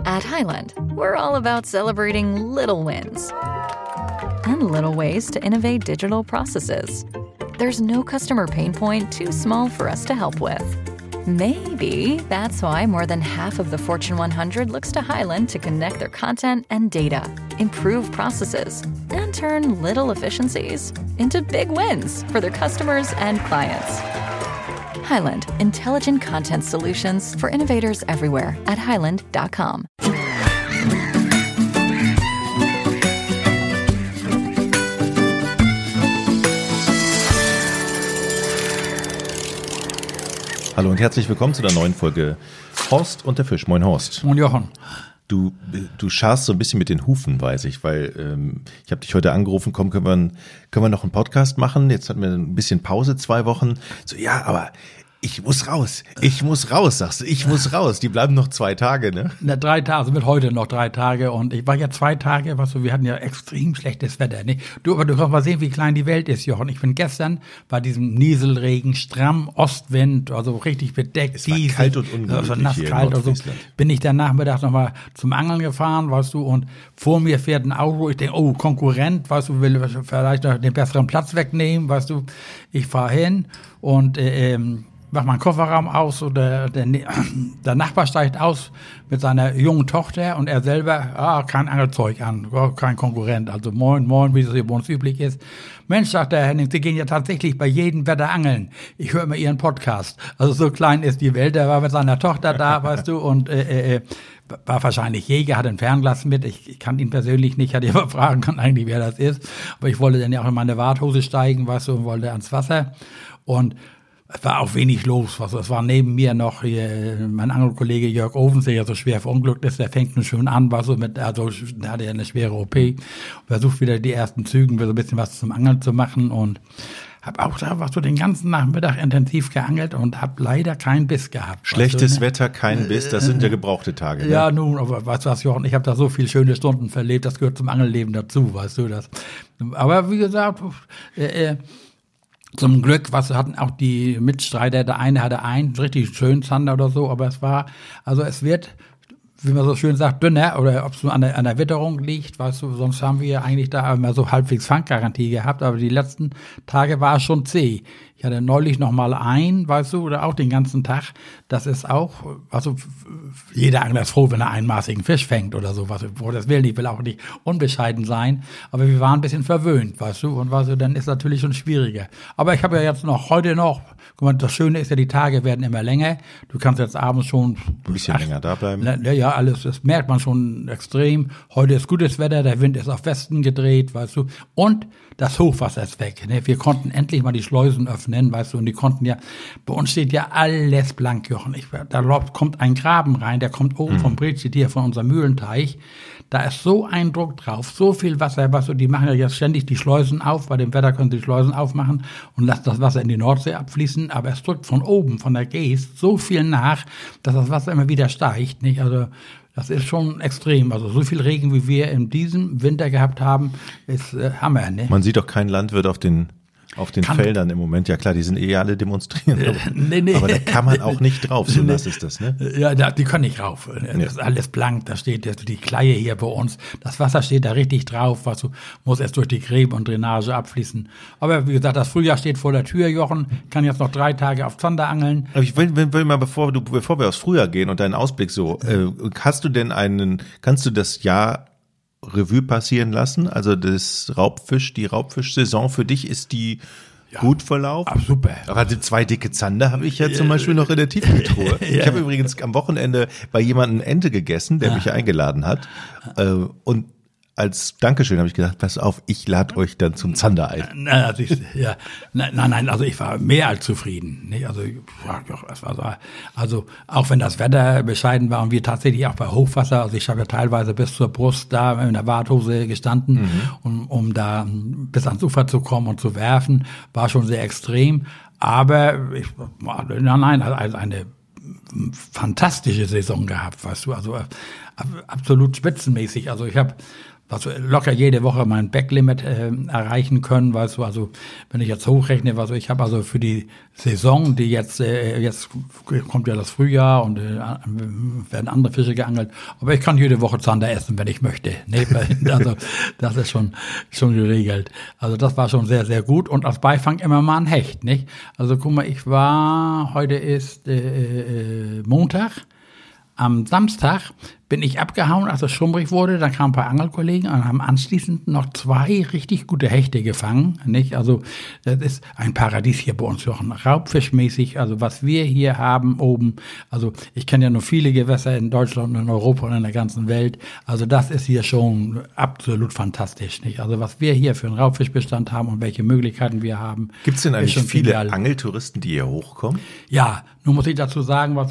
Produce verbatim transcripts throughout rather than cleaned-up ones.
At Highland, we're all about celebrating little wins and little ways to innovate digital processes. There's no customer pain point too small for us to help with. Maybe that's why more than half of the Fortune one hundred looks to Highland to connect their content and data, improve processes, and turn little efficiencies into big wins for their customers and clients. Highland, intelligent content solutions for innovators everywhere at highland dot com. Hallo und herzlich willkommen zu der neuen Folge Horst und der Fisch. Moin Horst. Moin Jochen. Du, du scharst so ein bisschen mit den Hufen, weiß ich, weil ähm, ich habe dich heute angerufen, komm, können wir, können wir noch einen Podcast machen? Jetzt hatten wir ein bisschen Pause, zwei Wochen. So, ja, aber ich muss raus, ich muss raus, sagst du, ich muss raus. Die bleiben noch zwei Tage, ne? Na, drei Tage, also mit heute noch drei Tage und ich war ja zwei Tage, was so, wir hatten ja extrem schlechtes Wetter, ne? Du, aber du kannst mal sehen, wie klein die Welt ist, Jochen. Ich bin gestern bei diesem Nieselregen, stramm Ostwind, also richtig bedeckt. Es war diesel, kalt und ungemütlich also nass, hier kalt in und so. Bin ich dann Nachmittag nochmal zum Angeln gefahren, weißt du, und vor mir fährt ein Auto, ich denke, oh, Konkurrent, weißt du, will vielleicht noch den besseren Platz wegnehmen, weißt du. Ich fahre hin und, äh, ähm, mach meinen Kofferraum aus oder der, der Nachbar steigt aus mit seiner jungen Tochter und er selber, ah, kein Angelzeug an, kein Konkurrent, also moin, moin, wie das hier bei uns üblich ist. Mensch, sagt der Henning, Sie gehen ja tatsächlich bei jedem Wetter angeln. Ich höre mal Ihren Podcast. Also so klein ist die Welt, er war mit seiner Tochter da, weißt du, und äh, äh, war wahrscheinlich Jäger, hatte ein Fernglas mit. Ich, ich kannte ihn persönlich nicht, hatte aber fragen können eigentlich, wer das ist. Aber ich wollte dann ja auch in meine Warthose steigen, weißt du, und wollte ans Wasser. Und es war auch wenig los. Was, es war neben mir noch hier, mein Angelkollege Jörg Ovens, der ja so schwer verunglückt ist, der fängt nun schon an, war so mit, also, der hatte ja eine schwere O P, versucht wieder die ersten Zügen, so ein bisschen was zum Angeln zu machen und hab auch da, was so den ganzen Nachmittag intensiv geangelt und hab leider keinen Biss gehabt. Schlechtes weißt du, ne? Wetter, kein Biss, das sind ja gebrauchte Tage. Ne? Ja, nun, aber weißt du was, Jochen, ich habe da so viele schöne Stunden verlebt, das gehört zum Angelleben dazu, weißt du das. Aber wie gesagt, äh, äh, zum Glück, was hatten auch die Mitstreiter, der eine hatte einen richtig schönen Zander oder so, aber es war, also es wird, wie man so schön sagt, dünner, oder ob es nur an der, an der Witterung liegt, weißt du, sonst haben wir ja eigentlich da immer so halbwegs Fanggarantie gehabt, aber die letzten Tage war es schon zäh. Ich hatte neulich noch mal ein, weißt du, oder auch den ganzen Tag. Das ist auch, also jeder Angler ist froh, wenn er einen maßigen Fisch fängt oder so, was wo das will. Ich will auch nicht unbescheiden sein, aber wir waren ein bisschen verwöhnt, weißt du, und weißt du, dann ist es natürlich schon schwieriger. Aber ich habe ja jetzt noch, heute noch, guck mal, das Schöne ist ja, die Tage werden immer länger. Du kannst jetzt abends schon ein bisschen ach, länger da bleiben. Ja, ja, alles, das merkt man schon extrem. Heute ist gutes Wetter, der Wind ist auf Westen gedreht, weißt du, und das Hochwasser ist weg. Ne? Wir konnten endlich mal die Schleusen öffnen, weißt du, und die konnten ja, bei uns steht ja alles blank, Jochen. Ich, da kommt ein Graben rein, der kommt oben mhm. vom Bredstedt hier, von unserem Mühlenteich. Da ist so ein Druck drauf, so viel Wasser, weißt du, die machen ja jetzt ständig die Schleusen auf, bei dem Wetter können sie die Schleusen aufmachen und lassen das Wasser in die Nordsee abfließen, aber es drückt von oben, von der Geest, so viel nach, dass das Wasser immer wieder steigt, nicht? Also, das ist schon extrem. Also so viel Regen, wie wir in diesem Winter gehabt haben, ist äh, Hammer. Ne? Man sieht doch keinen Landwirt auf den auf den kann, Feldern im Moment. Ja klar, die sind eh alle demonstrieren. Äh, nee, nee. Aber da kann man auch nicht drauf, so nass ist das, ne? Ja, da, die können nicht rauf. Das ja. ist alles blank. Da steht die Kleie hier bei uns. Das Wasser steht da richtig drauf. Was du, muss erst durch die Gräben und Drainage abfließen. Aber wie gesagt, das Frühjahr steht vor der Tür, Jochen. Kann jetzt noch drei Tage auf Zander angeln. Aber ich will, will, will mal, bevor du, bevor wir aufs Frühjahr gehen und deinen Ausblick so, äh, hast du denn einen, kannst du das Jahr Revue passieren lassen? Also das Raubfisch, die Raubfischsaison für dich, ist die ja gut verlaufen? Ach, super. Aber die zwei dicke Zander habe ich ja zum Beispiel noch in der Tiefkühltruhe. Ich habe übrigens am Wochenende bei jemandem Ente gegessen, der mich eingeladen hat. Und als Dankeschön habe ich gesagt, pass auf, ich lade euch dann zum Zander ein. Also ich, ja, nein, nein, also ich war mehr als zufrieden. Nicht? Also, ja, das war so, also auch wenn das Wetter bescheiden war und wir tatsächlich auch bei Hochwasser, also ich habe ja teilweise bis zur Brust da in der Warthose gestanden, mhm. um, um da bis ans Ufer zu kommen und zu werfen, war schon sehr extrem. Aber ich, nein, nein, also eine fantastische Saison gehabt, weißt du, also absolut spitzenmäßig. Also ich habe also locker jede Woche mein Backlimit äh, erreichen können, weißt du, also wenn ich jetzt hochrechne, also ich habe also für die Saison, die jetzt, äh, jetzt kommt ja das Frühjahr und äh, werden andere Fische geangelt, aber ich kann jede Woche Zander essen, wenn ich möchte. Nee, also das ist schon schon geregelt. Also das war schon sehr, sehr gut und als Beifang immer mal ein Hecht, nicht? Also guck mal, ich war, heute ist äh, äh, Montag, am Samstag bin ich abgehauen, als es schummrig wurde. Dann kamen ein paar Angelkollegen und haben anschließend noch zwei richtig gute Hechte gefangen. Nicht? Also das ist ein Paradies hier bei uns, Jochen. Raubfischmäßig, also was wir hier haben oben. Also ich kenne ja nur viele Gewässer in Deutschland und in Europa und in der ganzen Welt. Also das ist hier schon absolut fantastisch. Nicht? Also was wir hier für einen Raubfischbestand haben und welche Möglichkeiten wir haben. Gibt es denn eigentlich viele genial. Angeltouristen, die hier hochkommen? Ja, nun muss ich dazu sagen, was,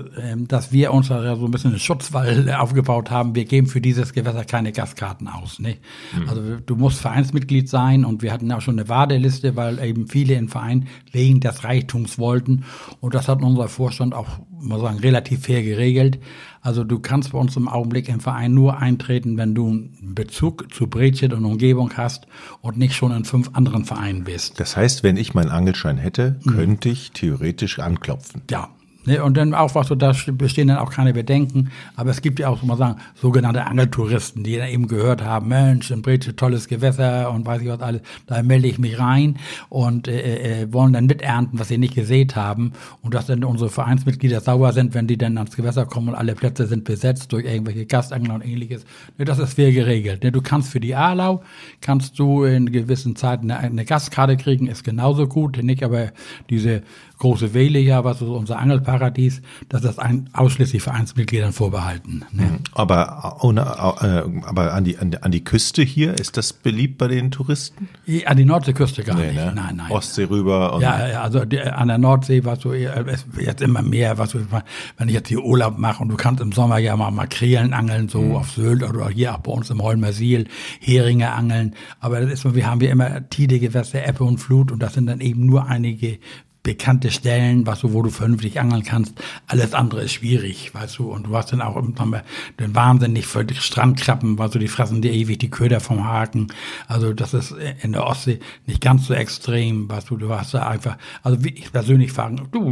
dass wir uns da so ein bisschen einen Schutzwall aufgebaut haben. Wir geben für dieses Gewässer keine Gastkarten aus. Ne? Mhm. Also du musst Vereinsmitglied sein und wir hatten auch schon eine Warteliste, weil eben viele im Verein wegen des Reichtums wollten und das hat unser Vorstand auch, mal sagen, relativ fair geregelt. Also du kannst bei uns im Augenblick im Verein nur eintreten, wenn du einen Bezug zu Bredstedt und Umgebung hast und nicht schon in fünf anderen Vereinen bist. Das heißt, wenn ich meinen Angelschein hätte, könnte mhm. ich theoretisch anklopfen. Ja. Ne, und dann auch, was so, da bestehen dann auch keine Bedenken. Aber es gibt ja auch, so mal sagen, sogenannte Angeltouristen, die dann eben gehört haben, Mensch, in Bredstedt tolles Gewässer und weiß ich was alles, da melde ich mich rein und äh, äh, wollen dann miternten, was sie nicht gesät haben. Und dass dann unsere Vereinsmitglieder sauer sind, wenn die dann ans Gewässer kommen und alle Plätze sind besetzt durch irgendwelche Gastangler und ähnliches. Ne, das ist fair geregelt. Ne, du kannst für die Aalau, kannst du in gewissen Zeiten eine, eine Gastkarte kriegen, ist genauso gut, nicht, aber diese große Wele ja, was ist unser Angelparadies, das ist ein, ausschließlich Vereinsmitgliedern vorbehalten. Ne? Aber, ohne, äh, aber an, die, an, an die Küste hier, ist das beliebt bei den Touristen? An die Nordseeküste gar nee, nicht. Ne? Nein, nein. Ostsee rüber. Und ja, also die, an der Nordsee, was so jetzt immer mehr, was so, wenn ich jetzt hier Urlaub mache und du kannst im Sommer ja mal Makrelen angeln, so mhm. auf Sylt oder hier auch bei uns im Holmersiel, Heringe angeln. Aber das ist, wir haben ja immer Tidegewässer, Ebbe und Flut und das sind dann eben nur einige bekannte Stellen, was du, wo du vernünftig angeln kannst. Alles andere ist schwierig, weißt du. Und du hast dann auch den wahnsinnig für die Strandkrabben, weißt du, die fressen dir ewig die Köder vom Haken. Also das ist in der Ostsee nicht ganz so extrem, weißt du. Du hast da einfach, also wie ich persönlich fahre, du,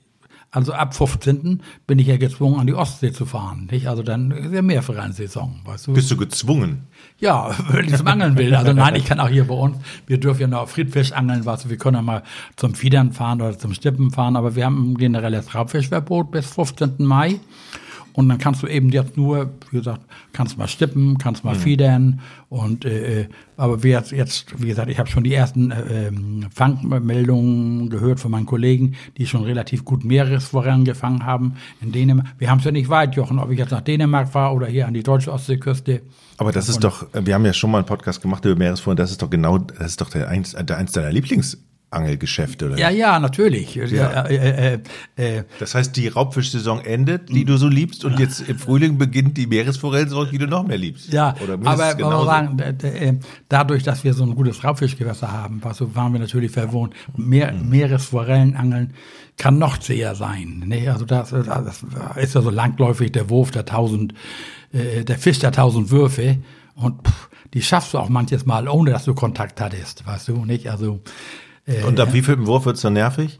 also ab fünfzehnten bin ich ja gezwungen, an die Ostsee zu fahren, nicht? Also dann ist ja Mehrvereinssaison, weißt du. Bist du gezwungen? Ja, wenn ich zum Angeln will. Also nein, ich kann auch hier bei uns, wir dürfen ja noch Friedfisch angeln, weißt du, wir können ja mal zum Fiedern fahren oder zum Stippen fahren, aber wir haben ein generelles Raubfischverbot bis fünfzehnten Mai. Und dann kannst du eben jetzt nur, wie gesagt, kannst mal stippen, kannst mal mhm. fiedern und äh, aber wir jetzt, jetzt, wie gesagt, ich habe schon die ersten äh, Fangmeldungen gehört von meinen Kollegen, die schon relativ gut Meeresforellen gefangen haben in Dänemark. Wir haben es ja nicht weit, Jochen, ob ich jetzt nach Dänemark fahre oder hier an die deutsche Ostseeküste. Aber das ist doch, wir haben ja schon mal einen Podcast gemacht über Meeresforellen, das ist doch genau, das ist doch der eins, der eins deiner Lieblings Angelgeschäfte, oder? Ja, ja, natürlich. Ja. Äh, äh, äh, das heißt, die Raubfischsaison endet, die du so liebst, und jetzt im Frühling beginnt die Meeresforellensaison, die du noch mehr liebst. Ja, oder aber man muss sagen, dadurch, dass wir so ein gutes Raubfischgewässer haben, also waren wir natürlich verwohnt, Meer, mhm. Meeresforellenangeln kann noch zäher sein. Ne? Also das, das ist ja so langläufig der Wurf der tausend, äh, der Fisch der tausend Würfe, und pff, die schaffst du auch manches Mal, ohne dass du Kontakt hattest, weißt du, nicht? Also Und ab wie viel Wurf wird's dann nervig?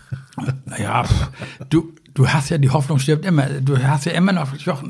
Naja, du, du hast ja, die Hoffnung stirbt immer. Du hast ja immer noch,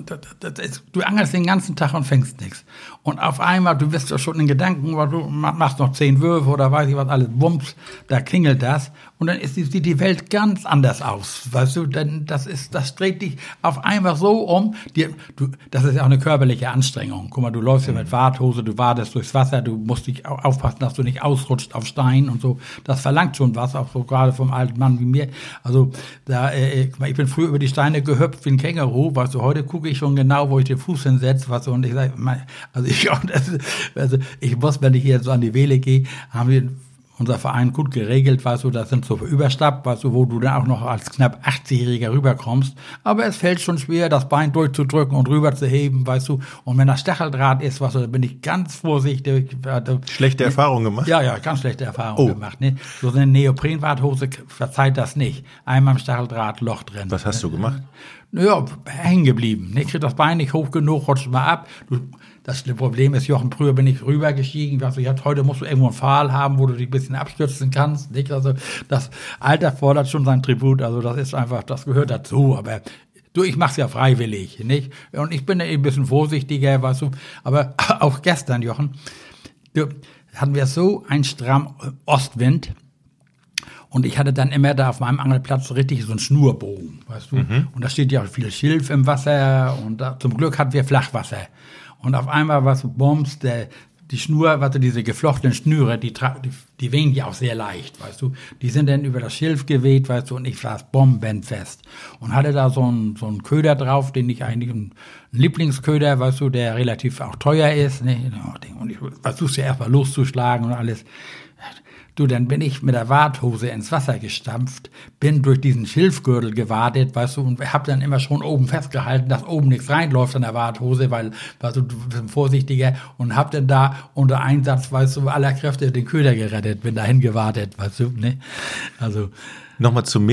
du angelst den ganzen Tag und fängst nichts. Und auf einmal, du bist ja schon in Gedanken, weil du machst noch zehn Würfe oder weiß ich was alles, Wumms, da klingelt das. Und dann ist die, sieht die Welt ganz anders aus. Weißt du, denn das ist, das dreht dich auf einmal so um. Die, du, das ist ja auch eine körperliche Anstrengung. Guck mal, du läufst ja mit Warthose, du wadest durchs Wasser, du musst dich auch aufpassen, dass du nicht ausrutscht auf Stein und so. Das verlangt schon was, auch so gerade vom alten Mann wie mir. Also, da, äh, ich bin früher über die Steine gehüpft wie ein Känguru, weißt du, heute gucke ich schon genau, wo ich den Fuß hinsetze, weißt du, und ich sage, also ich, also ich muss, wenn ich jetzt so an die Wehle gehe, haben wir unser Verein gut geregelt, weißt du, das sind so Überstab, weißt du, wo du dann auch noch als knapp achtzigjähriger rüberkommst. Aber es fällt schon schwer, das Bein durchzudrücken und rüber zu heben, weißt du. Und wenn das Stacheldraht ist, weißt du, da bin ich ganz vorsichtig. Schlechte Erfahrungen gemacht? Ja, ja, ganz schlechte Erfahrungen oh. gemacht. Ne? So eine Neoprenwarthose verzeiht das nicht. Einmal im Stacheldraht, Loch drin. Was hast du gemacht? Ja, hängen geblieben. Ich krieg das Bein nicht hoch genug, rutscht mal ab. Du, das Problem ist, Jochen, früher bin ich rübergestiegen. Also jetzt, heute musst du irgendwo einen Pfahl haben, wo du dich ein bisschen abstürzen kannst. Nicht? Also das Alter fordert schon sein Tribut. Also das ist einfach, das gehört dazu. Aber du, ich mach's ja freiwillig, nicht? Und ich bin ein bisschen vorsichtiger, weißt du. Aber auch gestern, Jochen, du, hatten wir so einen strammen Ostwind. Und ich hatte dann immer da auf meinem Angelplatz richtig so einen Schnurbogen, weißt du. Mhm. Und da steht ja auch viel Schilf im Wasser. Und da, zum Glück hatten wir Flachwasser. Und auf einmal war so Bombs, der, die Schnur, warte, diese geflochtenen Schnüre, die, die, die wehen ja auch sehr leicht, weißt du. Die sind dann über das Schilf geweht, weißt du, und ich saß bombenfest. Und hatte da so einen, so einen Köder drauf, den ich eigentlich, einen Lieblingsköder, weißt du, der relativ auch teuer ist, ne. Und ich versuch's ja erstmal loszuschlagen und alles. Du, dann bin ich mit der Warthose ins Wasser gestampft, bin durch diesen Schilfgürtel gewadet, weißt du, und hab dann immer schon oben festgehalten, dass oben nichts reinläuft an der Warthose, weil, weißt du, du bist vorsichtiger, und hab dann da unter Einsatz, weißt du, aller Kräfte den Köder gerettet, bin dahin gewartet, weißt du, ne? Also. Nochmal zum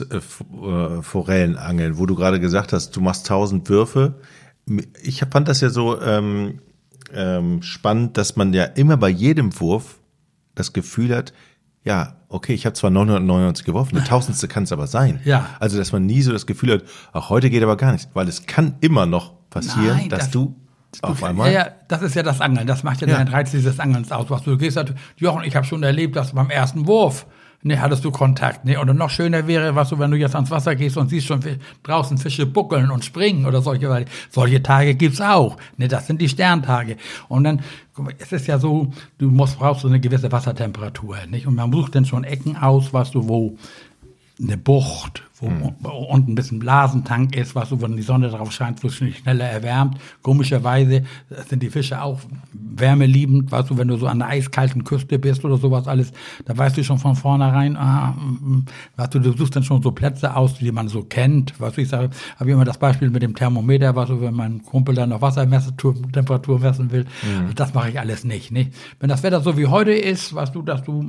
Meeresforellenangeln, wo du gerade gesagt hast, du machst tausend Würfe. Ich fand das ja so ähm, ähm, spannend, dass man ja immer bei jedem Wurf das Gefühl hat, ja, okay, ich habe zwar neunhundertneunundneunzig geworfen, eine Tausendste kann es aber sein. Ja. Also, dass man nie so das Gefühl hat, ach, heute geht aber gar nichts, weil es kann immer noch passieren, Nein, dass das, du auf du, einmal... Ja, ja, das ist ja das Angeln, das macht ja, ja. den Reiz dieses Angelns aus. Was du gehst, Jochen, ich habe schon erlebt, dass beim ersten Wurf, ne, hattest du Kontakt, ne, oder noch schöner wäre, was du, wenn du jetzt ans Wasser gehst und siehst schon draußen Fische buckeln und springen oder solche, weil solche Tage gibt's auch, ne, das sind die Sterntage. Und dann, guck mal, es ist ja so, du musst, brauchst so eine gewisse Wassertemperatur, nicht? Und man sucht dann schon Ecken aus, was du, wo eine Bucht, wo mhm. unten ein bisschen Blasentank ist, was so, wenn die Sonne drauf scheint, wo es schneller erwärmt. Komischerweise sind die Fische auch wärmeliebend, weißt du, wenn du so an der eiskalten Küste bist oder sowas alles, da weißt du schon von vornherein, ah, weißt du, du suchst dann schon so Plätze aus, die man so kennt, weißt du, ich sage, habe immer das Beispiel mit dem Thermometer, weißt du, wenn mein Kumpel dann noch Wassertemperatur messen will, mhm. das mache ich alles nicht, nicht. Wenn das Wetter so wie heute ist, weißt du, dass du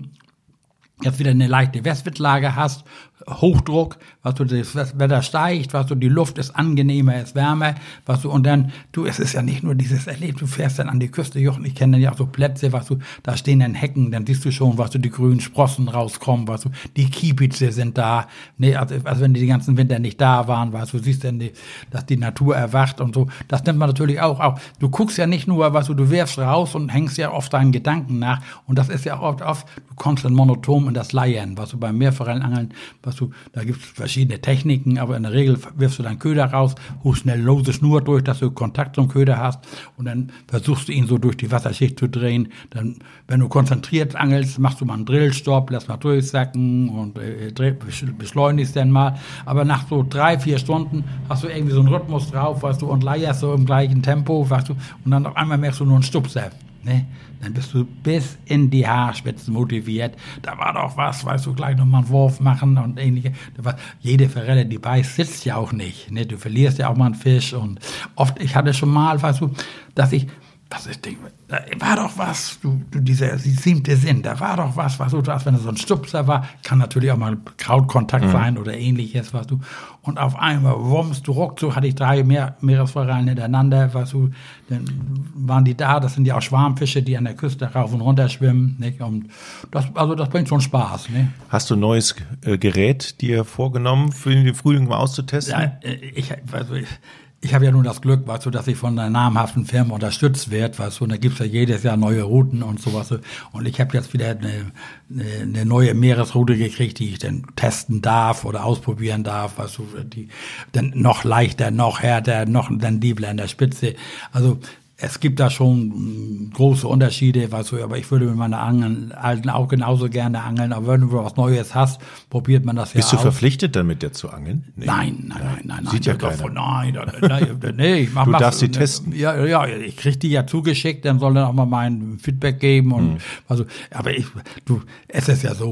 jetzt wieder eine leichte Westwindlage hast, Hochdruck, was du, das Wetter steigt, was du, die Luft ist angenehmer, ist wärmer, was du, und dann, du, es ist ja nicht nur dieses Erleben, du fährst dann an die Küste, Jochen, ich kenne dann ja auch so Plätze, was du, da stehen dann Hecken, dann siehst du schon, was du, die grünen Sprossen rauskommen, was du, die Kiebitze sind da, ne, also, also wenn die den ganzen Winter nicht da waren, was du, siehst dann, die, dass die Natur erwacht und so, das nimmt man natürlich auch, auch, du guckst ja nicht nur, was du, du wirfst raus und hängst ja oft deinen Gedanken nach, und das ist ja oft, oft, du kommst dann monoton in das Leiern, was du beim Meerforellenangeln, was du, da gibt es verschiedene Techniken, aber in der Regel wirfst du deinen Köder raus, holst schnell lose Schnur durch, dass du Kontakt zum Köder hast, und dann versuchst du ihn so durch die Wasserschicht zu drehen. Dann, wenn du konzentriert angelst, machst du mal einen Drillstopp, lässt mal durchsacken und äh, beschleunigst dann mal. Aber nach so drei, vier Stunden hast du irgendwie so einen Rhythmus drauf, weißt du, und leierst so im gleichen Tempo, weißt du, und dann auf einmal merkst du nur einen Stupser. Ne? Dann bist du bis in die Haarspitzen motiviert. Da war doch was, weißt du, gleich nochmal einen Wurf machen und ähnliches. Jede Forelle, die beißt, sitzt ja auch nicht. Ne? Du verlierst ja auch mal einen Fisch. Und oft, ich hatte schon mal, weißt du, dass ich, was ich denke, da war doch was, du, du dieser siebte Sinn, da war doch was, was so, als wenn es so ein Stupser war, kann natürlich auch mal Krautkontakt mhm. sein oder ähnliches, was du, und auf einmal, wumms, du ruckzuck, hatte ich drei Meer, Meeresforellen hintereinander, was du, dann waren die da, das sind ja auch Schwarmfische, die an der Küste rauf und runter schwimmen, nicht? Und das, also das bringt schon Spaß, ne? Hast du ein neues äh, Gerät dir vorgenommen, für den Frühling mal auszutesten? Ja, ich, also ich, Ich habe ja nun das Glück, weißt du, dass ich von einer namhaften Firma unterstützt werde, weißt du, und da gibt's ja jedes Jahr neue Routen und sowas. Und ich habe jetzt wieder eine, eine, eine neue Meeresroute gekriegt, die ich dann testen darf oder ausprobieren darf, weißt du, die dann noch leichter, noch härter, noch sensibler an der Spitze. Also es gibt da schon große Unterschiede, weißt du, aber ich würde mit meiner Angeln, alten auch genauso gerne angeln, aber wenn du was Neues hast, probiert man das ja Bist du aus. verpflichtet, dann mit der zu angeln? Nee. Nein, nein, nein, nein. nein Sieht ja keiner. keiner. Nein, nein, nein, nee, ich mach, Du mach, darfst sie testen. Ja, ja, ich krieg die ja zugeschickt, dann soll dann auch mal mein Feedback geben und, mhm. also, aber ich, du, es ist ja so,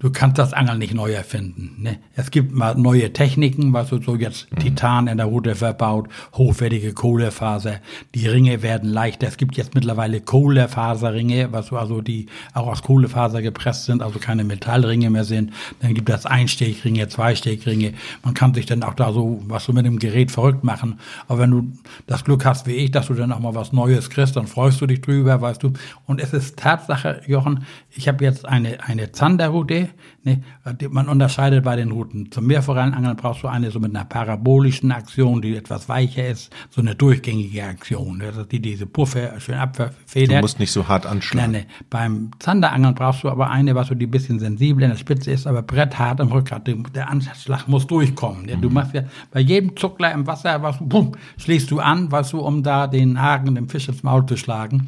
du kannst das Angeln nicht neu erfinden. Ne? Es gibt mal neue Techniken, was du so jetzt mhm. Titan in der Rute verbaut, hochwertige Kohlefaser. Die Ringe werden leichter. Es gibt jetzt mittlerweile Kohlefaserringe, was du also die auch aus Kohlefaser gepresst sind, also keine Metallringe mehr sind. Dann gibt es Einstechringe, Zweistechringe. Man kann sich dann auch da so was so mit dem Gerät verrückt machen. Aber wenn du das Glück hast wie ich, dass du dann auch mal was Neues kriegst, dann freust du dich drüber, weißt du. Und es ist Tatsache, Jochen, ich habe jetzt eine eine Zanderrute, ne, man unterscheidet bei den Routen. Zum Meerforellenangeln brauchst du eine so mit einer parabolischen Aktion, die etwas weicher ist, so eine durchgängige Aktion, die diese Puffe schön abfedert. Du musst nicht so hart anschlagen. Nein, nee. Beim Zanderangeln brauchst du aber eine, was so die bisschen sensibel in der Spitze ist, aber bretthart im Rückgrat. Der Anschlag muss durchkommen. Ne? Mhm. Du machst ja bei jedem Zuckler im Wasser, was bumm, schlägst du an, was du, um da den Haken dem Fisch ins Maul zu schlagen.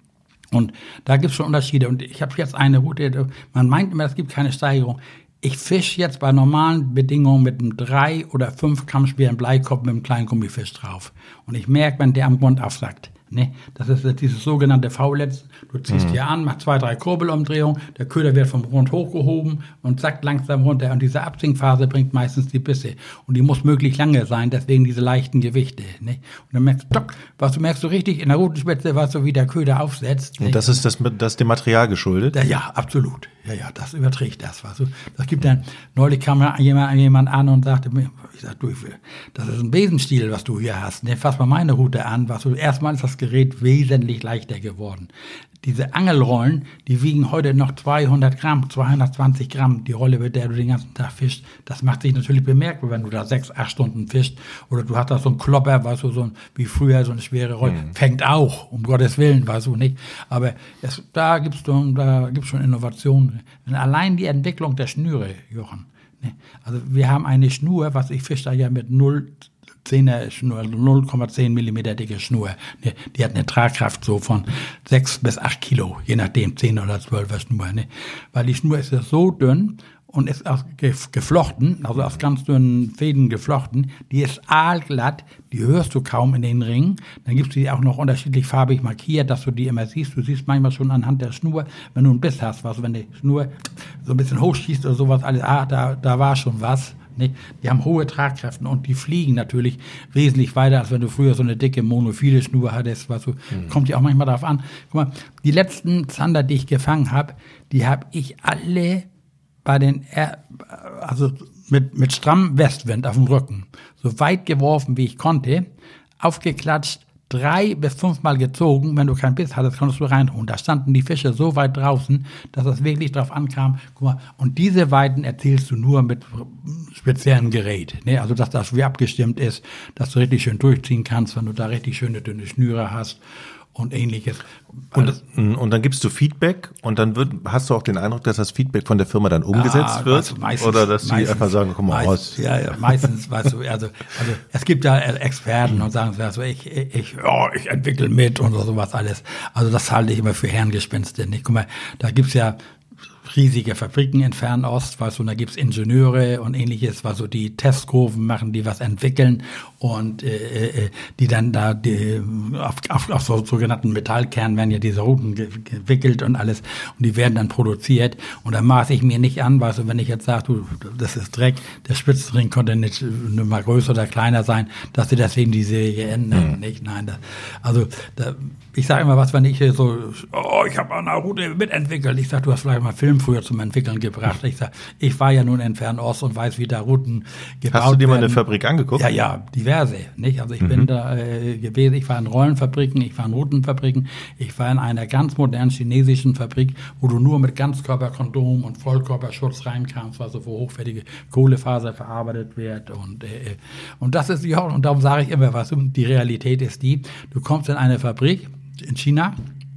Und da gibt es schon Unterschiede. Und ich habe jetzt eine Route, man meint immer, es gibt keine Steigerung. Ich fische jetzt bei normalen Bedingungen mit einem drei oder fünf Gramm schweren Bleikopf mit einem kleinen Gummifisch drauf. Und ich merke, wenn der am Grund aufsackt. Ne? Das ist dieses sogenannte Fauletz. Du ziehst mhm. hier an, machst zwei, drei Kurbelumdrehungen, der Köder wird vom Grund hochgehoben und sackt langsam runter. Und diese Absinkphase bringt meistens die Bisse. Und die muss möglichst lange sein, deswegen diese leichten Gewichte. Ne? Und dann merkst du, dock, was du merkst du richtig in der Rutenspitze, was so wie der Köder aufsetzt. Und ne? das ist das, das dem Material geschuldet? Ja, ja, absolut. Ja, ja, das überträgt das. Was du, das gibt dann, neulich kam jemand, jemand an und sagte mir, ich sag, du, das ist ein Besenstiel, was du hier hast. Ne? Fass mal meine Route an. Was du, erstmal ist das Gerät wesentlich leichter geworden. Diese Angelrollen, die wiegen heute noch zweihundert Gramm, zweihundertzwanzig Gramm. Die Rolle, mit der du den ganzen Tag fischst, das macht sich natürlich bemerkbar, wenn du da sechs, acht Stunden fischst. Oder du hast da so einen Klopper, weißt du, so ein, wie früher, so eine schwere Rolle. Mhm. Fängt auch, um Gottes Willen, weißt du nicht. Aber es, da gibt's schon, da gibt's schon Innovationen. Und allein die Entwicklung der Schnüre, Jochen. Ne? Also wir haben eine Schnur, was ich fische da ja mit null Zehner Schnur, null Komma zehn Millimeter dicke Schnur. Ne? Die hat eine Tragkraft so von sechs bis acht Kilo, je nachdem, zehn oder zwölfer Schnur. Ne? Weil die Schnur ist ja so dünn und ist auch geflochten, also aus ganz dünnen Fäden geflochten. Die ist aalglatt, die hörst du kaum in den Ringen. Dann gibt's die auch noch unterschiedlich farbig markiert, dass du die immer siehst. Du siehst manchmal schon anhand der Schnur, wenn du einen Biss hast, was, wenn die Schnur so ein bisschen hochschießt oder sowas, alles, ah, da, da war schon was. Nicht? Die haben hohe Tragkräfte und die fliegen natürlich wesentlich weiter, als wenn du früher so eine dicke monophile Schnur hattest. Was du, mhm. Kommt ja auch manchmal darauf an. Guck mal, die letzten Zander, die ich gefangen habe, die habe ich alle bei den, er- also mit, mit strammem Westwind auf dem Rücken, so weit geworfen, wie ich konnte, aufgeklatscht, drei bis fünfmal gezogen. Wenn du keinen Biss hattest, konntest du reinholen. Da standen die Fische so weit draußen, dass es wirklich drauf ankam. Guck mal, und diese Weiten erzielst du nur mit speziellem Gerät. Ne? Also, dass das wie abgestimmt ist, dass du richtig schön durchziehen kannst, wenn du da richtig schöne dünne Schnüre hast und ähnliches. Und, und dann gibst du Feedback und dann wird, hast du auch den Eindruck, dass das Feedback von der Firma dann umgesetzt ja, wird? Meistens, oder dass sie meistens, einfach sagen, komm mal meistens, raus. Ja, ja, meistens, weißt du, also, also es gibt da Experten und sagen so, also ich, ich, oh, ich entwickle mit und so sowas alles. Also das halte ich immer für Hirngespinste. Nicht? Guck mal, da gibt's ja riesige Fabriken in Fernost, weißt du, und da gibt's Ingenieure und ähnliches, was so die Testkurven machen, die was entwickeln und äh, äh, die dann da die, auf, auf, auf so sogenannten Metallkernen werden ja diese Routen ge- gewickelt und alles und die werden dann produziert und da maße ich mir nicht an, weißt du, wenn ich jetzt sage, du, das ist Dreck, der Spitzenring konnte nicht nur mal größer oder kleiner sein, dass sie deswegen die Serie ändern, mhm. nicht? Nein, das, also da, ich sage immer was, wenn ich so, oh, ich habe eine Route mitentwickelt, ich sage, du hast vielleicht mal Film früher zum Entwickeln gebracht. Ich sag, ich war ja nun in Fernost und weiß, wie da Routen gebaut werden. Hast du dir mal eine Fabrik angeguckt? Ja, ja, diverse, nicht? Also ich mhm. bin da äh, gewesen, ich war in Rollenfabriken, ich war in Routenfabriken, ich war in einer ganz modernen chinesischen Fabrik, wo du nur mit Ganzkörperkondom und Vollkörperschutz reinkamst, also wo hochwertige Kohlefaser verarbeitet wird und äh, und das ist ja, und darum sage ich immer, was die Realität ist die, du kommst in eine Fabrik in China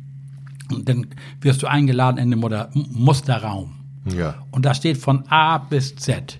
und dann wirst du eingeladen in den Muster- Musterraum. Ja. Und da steht von A bis Z.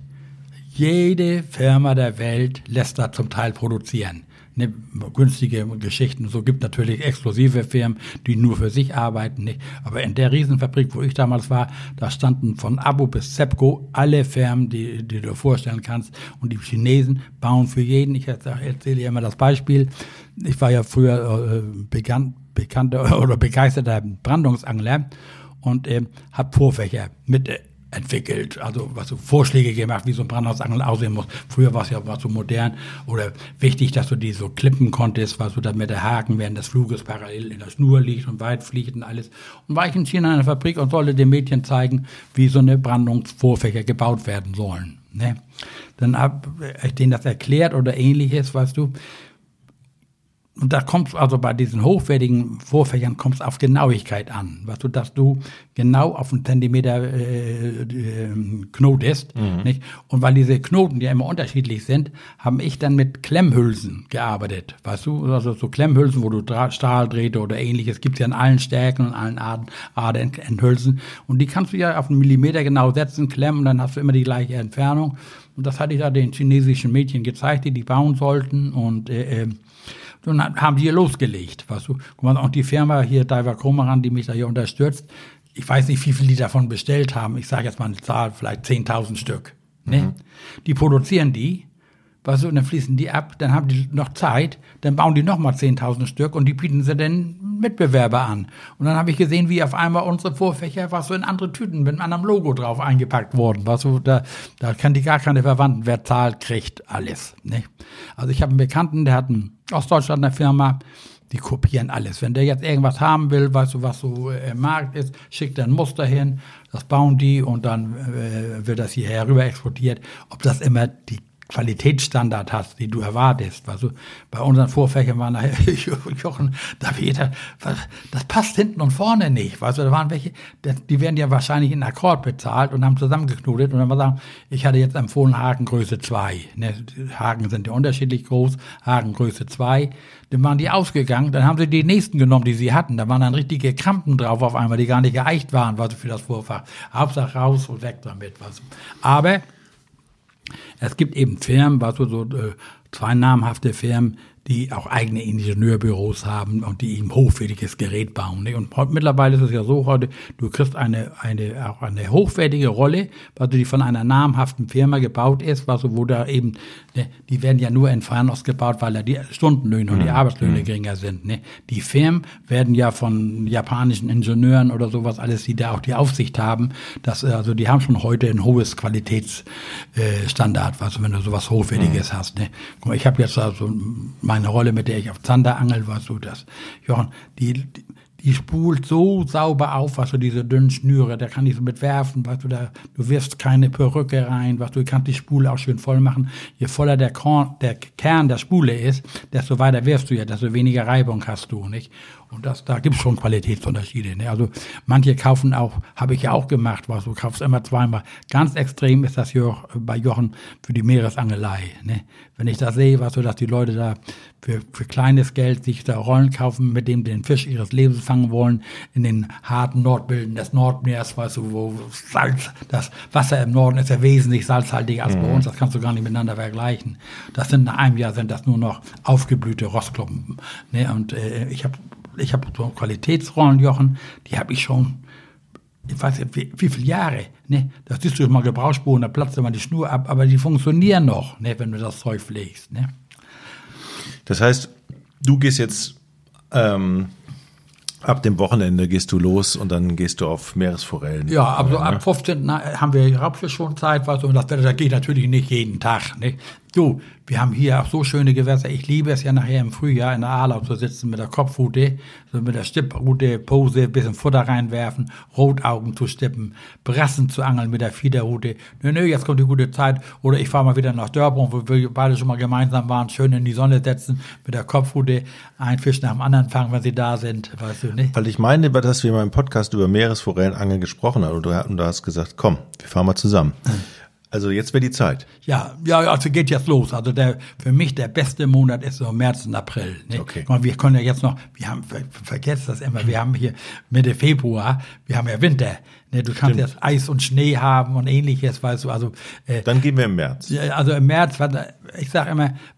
Jede Firma der Welt lässt da zum Teil produzieren. Ne, günstige Geschichten. So gibt natürlich exklusive Firmen, die nur für sich arbeiten. Nicht? Aber in der Riesenfabrik, wo ich damals war, da standen von Abo bis Zepco alle Firmen, die, die du dir vorstellen kannst. Und die Chinesen bauen für jeden. Ich erzähle dir immer das Beispiel. Ich war ja früher äh, bekannt, bekannter oder begeisterter Brandungsangler und äh, habe Vorfächer mit äh, entwickelt, also was so Vorschläge gemacht, wie so ein Brandhausangeln aussehen muss. Früher war es ja war so modern oder wichtig, dass du die so klippen konntest, was so damit der Haken während des Fluges parallel in der Schnur liegt und weit fliegt und alles. Und war ich in China in einer Fabrik und sollte den Mädchen zeigen, wie so eine Brandungsvorfächer gebaut werden sollen. Ne? Dann habe ich denen das erklärt oder ähnliches, weißt du. Und da kommt also bei diesen hochwertigen Vorfächern kommst auf Genauigkeit an, weißt du, dass du genau auf einen Zentimeter äh, äh, knotest, mhm. nicht? Und weil diese Knoten ja immer unterschiedlich sind, habe ich dann mit Klemmhülsen gearbeitet, weißt du, also so Klemmhülsen, wo du Dra- Stahldrähte oder ähnliches, gibt's ja in allen Stärken und allen Arten, Arten Enthülsen und die kannst du ja auf einen Millimeter genau setzen, klemmen und dann hast du immer die gleiche Entfernung und das hatte ich da den chinesischen Mädchen gezeigt, die die bauen sollten und äh, dann haben die hier losgelegt, weißt du. Guck mal, auch die Firma hier, Diver Kromeran, die mich da hier unterstützt, ich weiß nicht, wie viel die davon bestellt haben. Ich sage jetzt mal eine Zahl, vielleicht zehntausend Stück. Ne? Mhm. Die produzieren die, weißt du, und dann fließen die ab, dann haben die noch Zeit, dann bauen die nochmal zehntausend Stück und die bieten sie den Mitbewerber an. Und dann habe ich gesehen, wie auf einmal unsere Vorfächer, was so in andere Tüten mit einem anderen Logo drauf eingepackt wurden. Weißt du, da, da kann die gar keine Verwandten, wer zahlt, kriegt alles. Ne? Also ich habe einen Bekannten, der hat einen Ostdeutschland eine Firma, die kopieren alles. Wenn der jetzt irgendwas haben will, weißt du, was so äh, im Markt ist, schickt er ein Muster hin, das bauen die und dann äh, wird das hierher rüber exportiert. Ob das immer die Qualitätsstandard hast, die du erwartest. Also bei unseren Vorfächern waren nachher Jochen, da jeder, das passt hinten und vorne nicht. Weißt du, da waren welche, die werden ja wahrscheinlich in Akkord bezahlt und haben zusammengeknotet und dann mal sagen, ich hatte jetzt empfohlen Hakengröße zwei. Ne, Haken sind ja unterschiedlich groß, Hakengröße zwei. Dann waren die ausgegangen, dann haben sie die nächsten genommen, die sie hatten. Da waren dann richtige Krampen drauf auf einmal, die gar nicht geeicht waren, was für das Vorfach. Hauptsache raus und weg damit. Was. Aber es gibt eben Firmen, was so, so äh, zwei namhafte Firmen, die auch eigene Ingenieurbüros haben und die eben hochwertiges Gerät bauen. Ne? Und heute, mittlerweile ist es ja so, heute, du kriegst eine, eine, auch eine hochwertige Rolle, was die von einer namhaften Firma gebaut ist, was wo da eben, ne, die werden ja nur in Fernost gebaut, weil da die Stundenlöhne und die Arbeitslöhne mhm. geringer sind. Ne? Die Firmen werden ja von japanischen Ingenieuren oder sowas alles, die da auch die Aufsicht haben, dass, also die haben schon heute ein hohes Qualitätsstandard, äh, was wenn du sowas Hochwertiges mhm. hast. Ne? Guck mal, ich habe jetzt also meine Rolle, mit der ich auf Zander angel, war so das. Jochen, die, die, die spult so sauber auf, was du diese dünnen Schnüre, da kann ich so mit werfen, weißt du, da, du wirfst keine Perücke rein, was du kannst die Spule auch schön voll machen. Je voller der, Korn, der Kern der Spule ist, desto weiter wirfst du ja, desto weniger Reibung hast du, nicht? Und das, da gibt's schon Qualitätsunterschiede. Ne? Also manche kaufen auch, habe ich ja auch gemacht, was du kaufst immer zweimal. Ganz extrem ist das hier bei Jochen für die Meeresangelei. Ne? Wenn ich da sehe, was so, dass die Leute da für, für kleines Geld sich da Rollen kaufen, mit dem den Fisch ihres Lebens fangen wollen, in den harten Nordböden des Nordmeers, weißt du, wo Salz, das Wasser im Norden ist ja wesentlich salzhaltiger als mhm. bei uns, das kannst du gar nicht miteinander vergleichen. Das sind nach einem Jahr sind das nur noch aufgeblühte Rostklumpen. Ne? Und äh, ich habe Ich habe so Qualitätsrollen, Jochen, die habe ich schon, ich weiß nicht, wie, wie viele Jahre, ne? Da siehst du mal Gebrauchsspuren, da platzt immer die Schnur ab, aber die funktionieren noch, ne, wenn du das Zeug pflegst, ne? Das heißt, du gehst jetzt, ähm, ab dem Wochenende gehst du los und dann gehst du auf Meeresforellen. Ja, also ja, ne? Ab fünfzehnten haben wir Raubfischschonzeit, was und das Wetter, da geht natürlich nicht jeden Tag, ne? Du, wir haben hier auch so schöne Gewässer. Ich liebe es ja nachher im Frühjahr in der Ahlau zu sitzen mit der Kopfrute, so mit der Stipprute, Pose, bisschen Futter reinwerfen, Rotaugen zu stippen, Brassen zu angeln mit der Fiederrute. Nö, nö, jetzt kommt die gute Zeit. Oder ich fahre mal wieder nach Dörbrun, wo wir beide schon mal gemeinsam waren, schön in die Sonne setzen, mit der Kopfrute einen Fisch nach dem anderen fangen, wenn sie da sind, weißt du, nicht? Weil ich meine, dass wir mal im Podcast über Meeresforellenangeln gesprochen haben und du, und du hast gesagt, komm, wir fahren mal zusammen. Mhm. Also jetzt wäre die Zeit. Ja, ja, also geht jetzt los. Also der für mich der beste Monat ist so März und April. Ne? Okay. Und wir können ja jetzt noch, wir haben, ver, vergesst das immer, wir haben hier Mitte Februar, wir haben ja Winter. Ne? Du kannst Stimmt. jetzt Eis und Schnee haben und ähnliches, weißt du. Also äh, dann gehen wir im März. Also im März, ich sage immer, wenn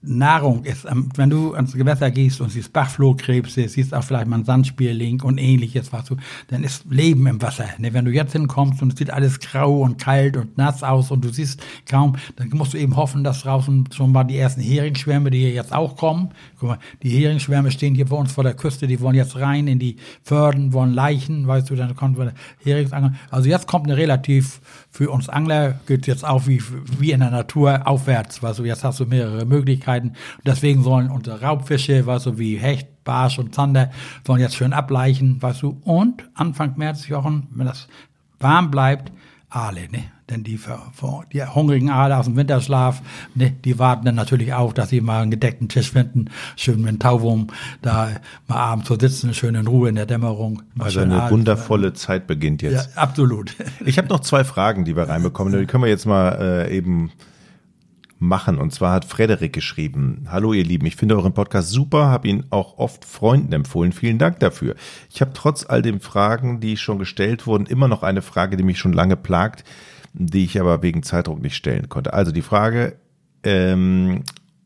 Nahrung ist, wenn du ans Gewässer gehst und siehst Bachflohkrebse, siehst auch vielleicht mal einen Sandspierling und ähnliches, was du, dann ist Leben im Wasser. Ne? Wenn du jetzt hinkommst und es sieht alles grau und kalt und nass aus und du siehst kaum, dann musst du eben hoffen, dass draußen schon mal die ersten Heringsschwärme, die hier jetzt auch kommen, guck mal, die Heringsschwärme stehen hier vor uns vor der Küste, die wollen jetzt rein in die Förden, wollen Laichen, weißt du, dann kommt Heringsangeln. Also jetzt kommt eine relativ, für uns Angler geht jetzt auch wie, wie in der Natur aufwärts, weißt du, jetzt hast du mehrere Möglichkeiten. Und deswegen sollen unsere Raubfische, weißt du, wie Hecht, Barsch und Zander, sollen jetzt schön ableichen, weißt du. Und Anfang März, Jochen, wenn das warm bleibt, Aale, ne? Denn die, die hungrigen Aale aus dem Winterschlaf, ne, die warten dann natürlich auch, dass sie mal einen gedeckten Tisch finden, schön mit einem Tauwurm, da mal abends zu sitzen, schön in Ruhe in der Dämmerung. Also eine Aale, wundervolle Zeit beginnt jetzt. Ja, absolut. Ich habe noch zwei Fragen, die wir reinbekommen, die können wir jetzt mal äh, eben machen. Und zwar hat Frederik geschrieben: Hallo ihr Lieben, ich finde euren Podcast super, habe ihn auch oft Freunden empfohlen. Vielen Dank dafür. Ich habe trotz all den Fragen, die schon gestellt wurden, immer noch eine Frage, die mich schon lange plagt, die ich aber wegen Zeitdruck nicht stellen konnte. Also die Frage ähm,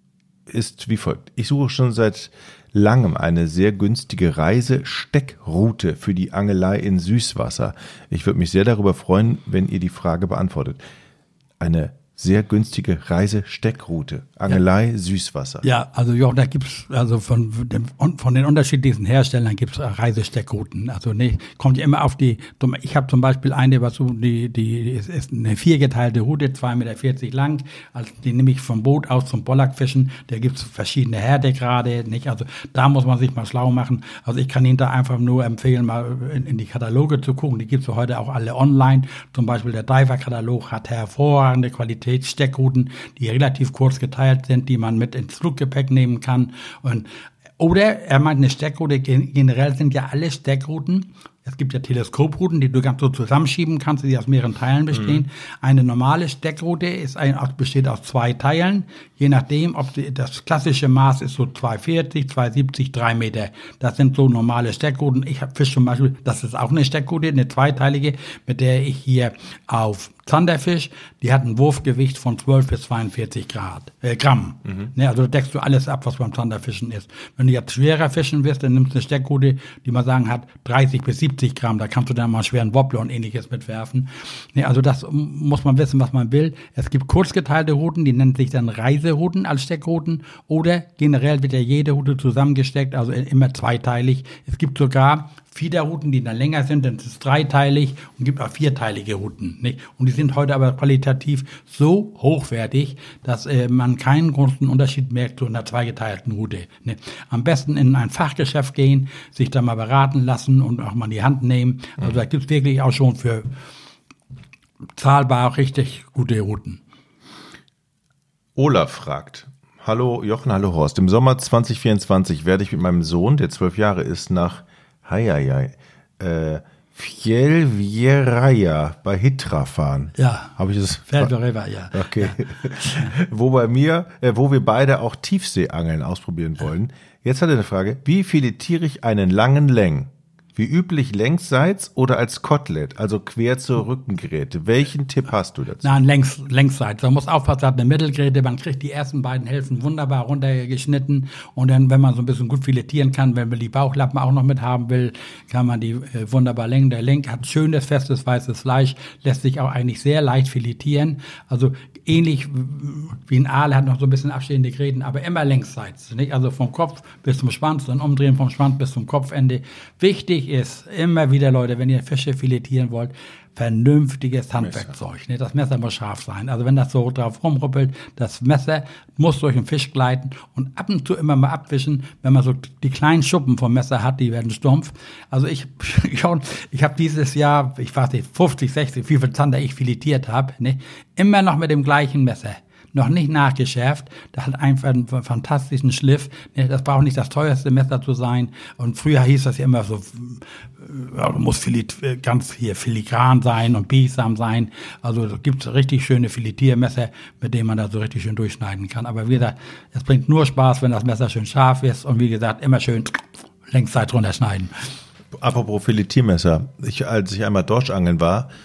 ist wie folgt. Ich suche schon seit langem eine sehr günstige Reise-Steckroute für die Angelei in Süßwasser. Ich würde mich sehr darüber freuen, wenn ihr die Frage beantwortet. Eine sehr günstige Reise-Steckroute, Angelei, ja. Süßwasser. Ja, also ja, da gibt's also von dem, von den unterschiedlichsten Herstellern gibt's Reisesteckrouten. Also ne, kommt ja immer auf die. Ich habe zum Beispiel eine, was so die die ist, ist eine viergeteilte Route, zwei Meter vierzig lang. Also die nehme ich vom Boot aus zum Bollakfischen. Da gibt's verschiedene Härtegrade, nicht? Also da muss man sich mal schlau machen. Also ich kann Ihnen da einfach nur empfehlen, mal in, in die Kataloge zu gucken. Die gibt's ja heute auch alle online. Zum Beispiel der Diver-Katalog hat hervorragende Qualität. Steckrouten, die relativ kurz geteilt sind, die man mit ins Fluggepäck nehmen kann. Und, oder er meint eine Steckroute, generell sind ja alle Steckrouten, es gibt ja Teleskoprouten, die du ganz so zusammenschieben kannst, die aus mehreren Teilen bestehen. Mhm. Eine normale Steckroute ist ein, besteht aus zwei Teilen, je nachdem, ob die, das klassische Maß ist so zwei vierzig, zwei siebzig, drei Meter. Das sind so normale Steckrouten. Ich habe Fisch zum Beispiel, das ist auch eine Steckroute, eine zweiteilige, mit der ich hier auf Zanderfisch, die hat ein Wurfgewicht von zwölf bis zweiundvierzig Grad, äh, Gramm. Mhm. Ne, also da deckst du alles ab, was beim Zanderfischen ist. Wenn du jetzt schwerer fischen wirst, dann nimmst du eine Steckroute, die man sagen hat, dreißig bis siebzig Gramm, da kannst du dann mal einen schweren Wobbler und ähnliches mitwerfen. Ne, also das muss man wissen, was man will. Es gibt kurzgeteilte Routen, die nennen sich dann Reiserouten als Steckrouten, oder generell wird ja jede Route zusammengesteckt, also immer zweiteilig. Es gibt sogar Fiederrouten, die dann länger sind, dann ist es dreiteilig, und gibt auch vierteilige Routen, nicht? Und die sind heute aber qualitativ so hochwertig, dass äh, man keinen großen Unterschied merkt zu einer zweigeteilten Route. Ne? Am besten in ein Fachgeschäft gehen, sich da mal beraten lassen und auch mal in die Hand nehmen. Also da gibt's wirklich auch schon für zahlbar richtig gute Routen. Olaf fragt: Hallo Jochen, hallo Horst. Im Sommer zwanzig vierundzwanzig werde ich mit meinem Sohn, der zwölf Jahre ist, nach Heieiei, äh, Fjällvieraya bei Hitra fahren. Ja. Habe ich das? Fjällvieraya, ja. Okay. Ja. wo bei mir, äh, wo wir beide auch Tiefseeangeln ausprobieren wollen. Jetzt hat er eine Frage: Wie filetiere ich einen langen Leng? Wie üblich längsseits oder als Kotelett, also quer zur Rückengräte? Welchen Tipp hast du dazu? Nein, längs, längsseits. Man muss aufpassen, hat eine Mittelgräte, man kriegt die ersten beiden Hälften wunderbar runtergeschnitten, und dann, wenn man so ein bisschen gut filetieren kann, wenn man die Bauchlappen auch noch mit haben will, kann man die äh, wunderbar lenken. Der Lenk hat schönes, festes, weißes Fleisch, lässt sich auch eigentlich sehr leicht filetieren. Also ähnlich wie ein Aal, hat noch so ein bisschen abstehende Gräten, aber immer längsseits, nicht? Also vom Kopf bis zum Schwanz, dann umdrehen vom Schwanz bis zum Kopfende. Wichtig ist immer wieder, Leute, wenn ihr Fische filetieren wollt, vernünftiges Handwerkzeug. Ne? Das Messer muss scharf sein. Also wenn das so drauf rumruppelt, das Messer muss durch den Fisch gleiten und ab und zu immer mal abwischen, wenn man so die kleinen Schuppen vom Messer hat, die werden stumpf. Also ich ich habe dieses Jahr, ich weiß nicht, fünfzig, sechzig, wie viel Zander ich filetiert habe, ne? Immer noch mit dem gleichen Messer. Noch nicht nachgeschärft, das hat einfach einen fantastischen Schliff. Das braucht nicht das teuerste Messer zu sein. Und früher hieß das ja immer so, ja, muss filit, ganz hier filigran sein und biegsam sein. Also es gibt richtig schöne Filetiermesser, mit denen man da so richtig schön durchschneiden kann. Aber wie gesagt, es bringt nur Spaß, wenn das Messer schön scharf ist, und wie gesagt, immer schön längsseits runterschneiden. Apropos Filetiermesser, ich, als ich einmal Dorschangeln war,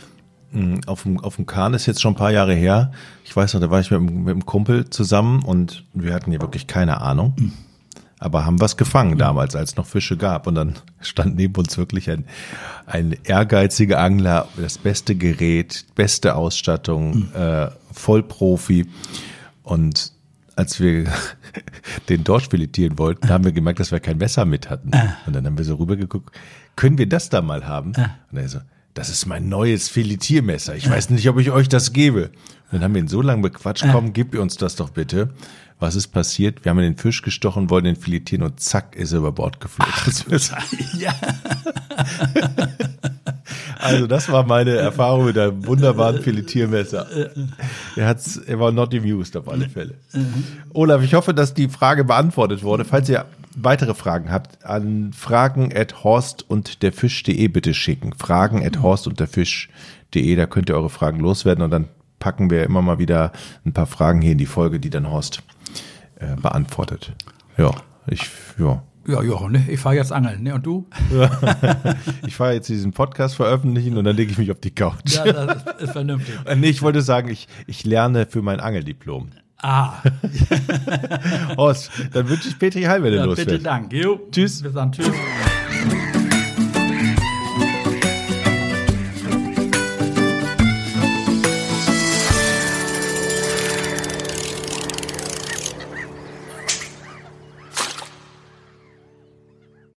auf dem, auf dem Kahn ist jetzt schon ein paar Jahre her. Ich weiß noch, da war ich mit, mit einem Kumpel zusammen und wir hatten ja wirklich keine Ahnung. Mhm. Aber haben was gefangen damals, als es noch Fische gab. Und dann stand neben uns wirklich ein, ein ehrgeiziger Angler, das beste Gerät, beste Ausstattung, mhm. äh, Vollprofi. Und als wir den Dorsch filetieren wollten, haben wir gemerkt, dass wir kein Messer mit hatten. Und dann haben wir so rübergeguckt, können wir das da mal haben? Und er so, das ist mein neues Filetiermesser. Ich weiß nicht, ob ich euch das gebe. Und dann haben wir ihn so lange bequatscht, komm, gib uns das doch bitte. Was ist passiert? Wir haben den Fisch gestochen, wollten den filetieren und zack, ist er über Bord geflogen. Ja. Also das war meine Erfahrung mit einem wunderbaren Filetiermesser. Er, hat's, er war not amused auf alle Fälle. Mhm. Olaf, ich hoffe, dass die Frage beantwortet wurde. Falls ihr weitere Fragen habt, an fragen at horst und der fisch punkt de bitte schicken. fragen at horst und der fisch punkt de, da könnt ihr eure Fragen loswerden und dann packen wir immer mal wieder ein paar Fragen hier in die Folge, die dann Horst äh, beantwortet. Ja, ich, ja. Ja, Jochen, ne? Ich fahre jetzt angeln, ne? Und du? Ich fahre jetzt diesen Podcast veröffentlichen und dann lege ich mich auf die Couch. Ja, das ist, ist vernünftig. Nee, ich wollte sagen, ich, ich lerne für mein Angeldiplom. Ah. Horst, dann wünsche ich Petri Heil, wenn du ja, losfährst. Bitte Dank. Jo. Tschüss. Bis dann. Tschüss.